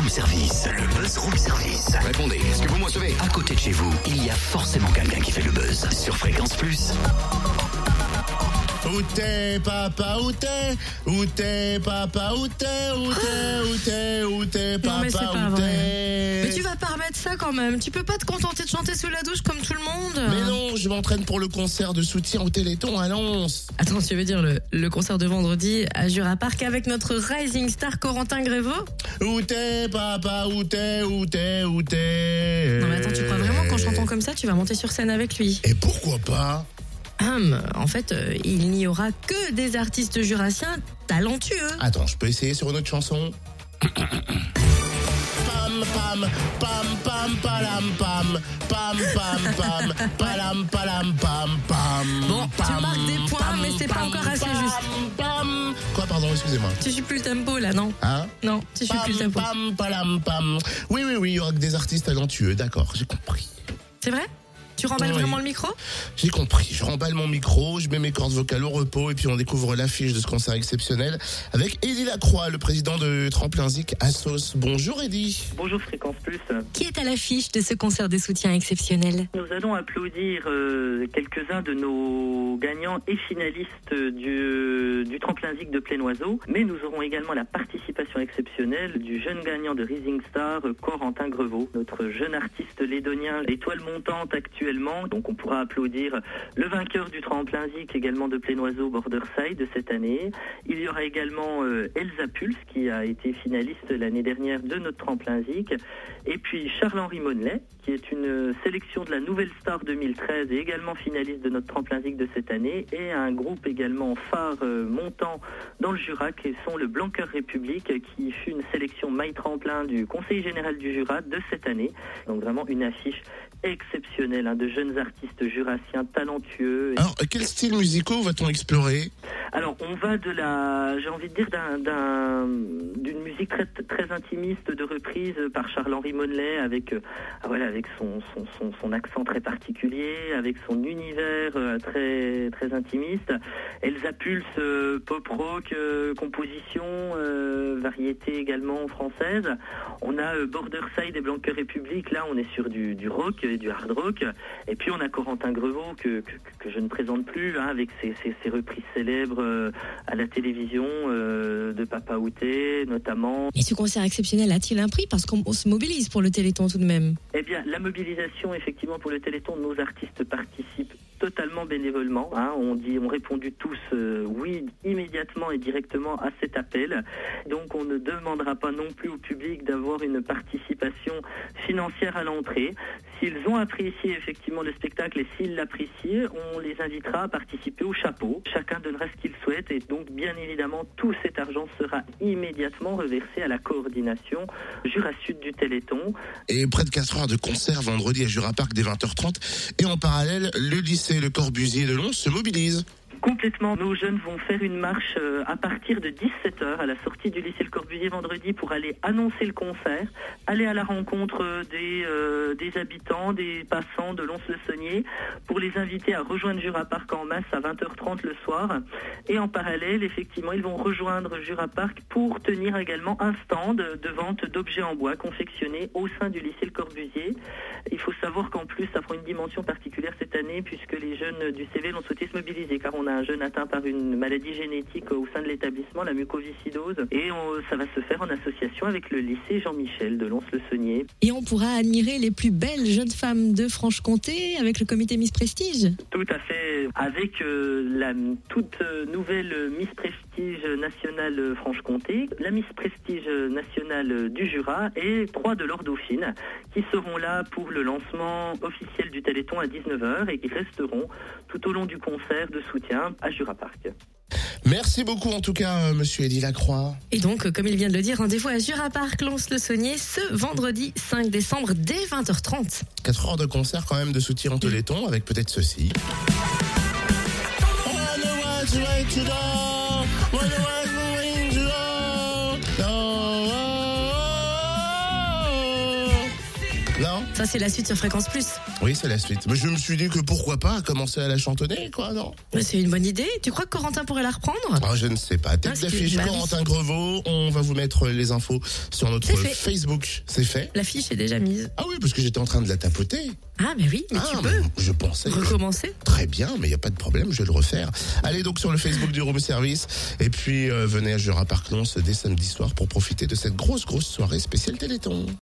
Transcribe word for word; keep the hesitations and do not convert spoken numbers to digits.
service, le buzz room service. Répondez, est-ce que vous me recevez? À côté de chez vous, il y a forcément quelqu'un qui fait le buzz sur Fréquence Plus. Où t'es, papa, où t'es? Où t'es, papa, où t'es? Où t'es, où t'es, où t'es, papa, Non mais c'est pas où vrai. t'es? Mais tu vas pas remettre ça quand même. Tu peux pas te contenter de chanter sous la douche comme tout le monde. Mais non, je m'entraîne pour le concert de soutien au Téléthon à Lens. Attends, tu veux dire le, le concert de vendredi à Jura Park avec notre rising star Corentin Grévaux? Où t'es, papa, où t'es, où t'es, où t'es? Non mais attends, tu crois vraiment qu'en chantant comme ça, tu vas monter sur scène avec lui? Et pourquoi pas? Hum, en fait, euh, il n'y aura que des artistes jurassiens talentueux. Attends, je peux essayer sur une autre chanson? Pam, pam, pam, pam, palam, pam, pam, pam, pam, palam, palam, pam, pam. Bon, tu pam, marques des points, pam, mais c'est pas pam, encore assez pam, juste. pam. Quoi, pardon, excusez-moi. Tu suis plus le tempo là, non? Hein? Non, tu suis plus le Pam, tempo. pam, palam, pam. Oui, oui, oui, il y aura que des artistes talentueux, d'accord, j'ai compris. C'est vrai? Tu remballes Oui. vraiment le micro? J'ai compris, je remballe mon micro, je mets mes cordes vocales au repos et puis on découvre l'affiche de ce concert exceptionnel avec Eddy Lacroix, le président de Tremplin Zik Assos. Bonjour Eddy. Bonjour Fréquence Plus. Qui est à l'affiche de ce concert de soutien exceptionnel? Nous allons applaudir euh, quelques-uns de nos gagnants et finalistes du, du Tremplin Zik de Plaine-Oiseau, mais nous aurons également la participation exceptionnelle du jeune gagnant de Rising Star, Corentin Grévaux, notre jeune artiste lédonien, étoile montante actuellement. Donc on pourra applaudir le vainqueur du Tremplin Zik également de Plaine-Oiseau Borderside de cette année. Il y aura également euh, Elsa Pulse qui a été finaliste l'année dernière de notre Tremplin Zik. Et puis Charles-Henri Monnelet qui est une sélection de la Nouvelle Star deux mille treize et également finaliste de notre Tremplin Zik de cette année. Et un groupe également phare euh, montant dans le Jura qui sont le Blanqueur République qui fut une sélection My Tremplin du Conseil Général du Jura de cette année. Donc vraiment une affiche exceptionnelle hein, de jeunes artistes jurassiens talentueux. Alors, quels styles musicaux va-t-on explorer? Alors, on va de la, j'ai envie de dire, d'un, d'un, d'une musique très, très intimiste de reprise par Charles-Henri Monnelet avec, euh, voilà, avec son, son, son, son accent très particulier, avec son univers euh, très, très intimiste. Elsa Pulse, euh, pop rock, euh, composition, euh, variété également française. On a euh, Borderside et Blanqueur République. Là, on est sur du, du rock, du hard rock. Et puis on a Corentin Grévaux que, que, que je ne présente plus hein, avec ses, ses, ses reprises célèbres euh, à la télévision euh, de Papa Outé notamment. Et ce concert exceptionnel a-t-il un prix? Parce qu'on se mobilise pour le Téléthon tout de même. Eh bien, la mobilisation effectivement pour le Téléthon, nos artistes participent totalement bénévolement. Hein. On dit, on répondu tous euh, oui immédiatement et directement à cet appel. Donc on ne demandera pas non plus au public d'avoir une participation financière à l'entrée. S'ils ont apprécié effectivement le spectacle et s'ils l'apprécient, on les invitera à participer au chapeau. Chacun donnera ce qu'il souhaite et donc bien évidemment tout cet argent sera immédiatement reversé à la coordination Jura Sud du Téléthon. Et près de quatre heures de concert vendredi à Jura Park dès vingt heures trente. Et en parallèle, le lycée Le Corbusier de Lons se mobilise. Complètement. Nos jeunes vont faire une marche euh, à partir de dix-sept heures à la sortie du lycée Le Corbusier vendredi pour aller annoncer le concert, aller à la rencontre des, euh, des habitants, des passants de Lons-le-Saunier pour les inviter à rejoindre Jura Park en masse à vingt heures trente le soir. Et en parallèle, effectivement, ils vont rejoindre Jura Park pour tenir également un stand de vente d'objets en bois confectionnés au sein du lycée Le Corbusier. Il faut savoir qu'en plus, ça prend une dimension particulière cette année puisque les jeunes du C V l'ont souhaité se mobiliser car on a un jeune atteint par une maladie génétique au sein de l'établissement, la mucoviscidose, et on, ça va se faire en association avec le lycée Jean-Michel de Lons-le-Saunier. Et on pourra admirer les plus belles jeunes femmes de Franche-Comté avec le comité Miss Prestige. Tout à fait, avec euh, la toute nouvelle Miss Prestige nationale Franche-Comté, la Miss Prestige nationale du Jura et trois de leurs dauphines qui seront là pour le lancement officiel du Téléthon à dix-neuf heures et qui resteront tout au long du concert de soutien à Jura Park. Merci beaucoup en tout cas, euh, monsieur Eddy Lacroix. Et donc, comme il vient de le dire, rendez-vous à Jura Park, Lons-le-Saunier, ce vendredi cinq décembre dès vingt heures trente. quatre heures de concert quand même de soutien en Téléthon avec peut-être ceci. Ça Ça, c'est la suite sur Fréquence Plus. Oui, c'est la suite. Mais je me suis dit que pourquoi pas commencer à la chantonner, quoi, non? Mais c'est une bonne idée. Tu crois que Corentin pourrait la reprendre? Ah, je ne sais pas. Tête Ah, d'affiche, bah oui. Corentin Grevaux. On va vous mettre les infos sur notre C'est fait. Facebook. C'est fait? L'affiche est déjà mise. Ah oui, parce que j'étais en train de la tapoter. Ah, mais oui, mais ah, tu mais peux je pensais. recommencer. Très bien, mais il n'y a pas de problème, je vais le refaire. Allez donc sur le Facebook du Room Service et puis euh, venez à Jura Parc Lons dès samedi soir pour profiter de cette grosse, grosse soirée spéciale Téléthon.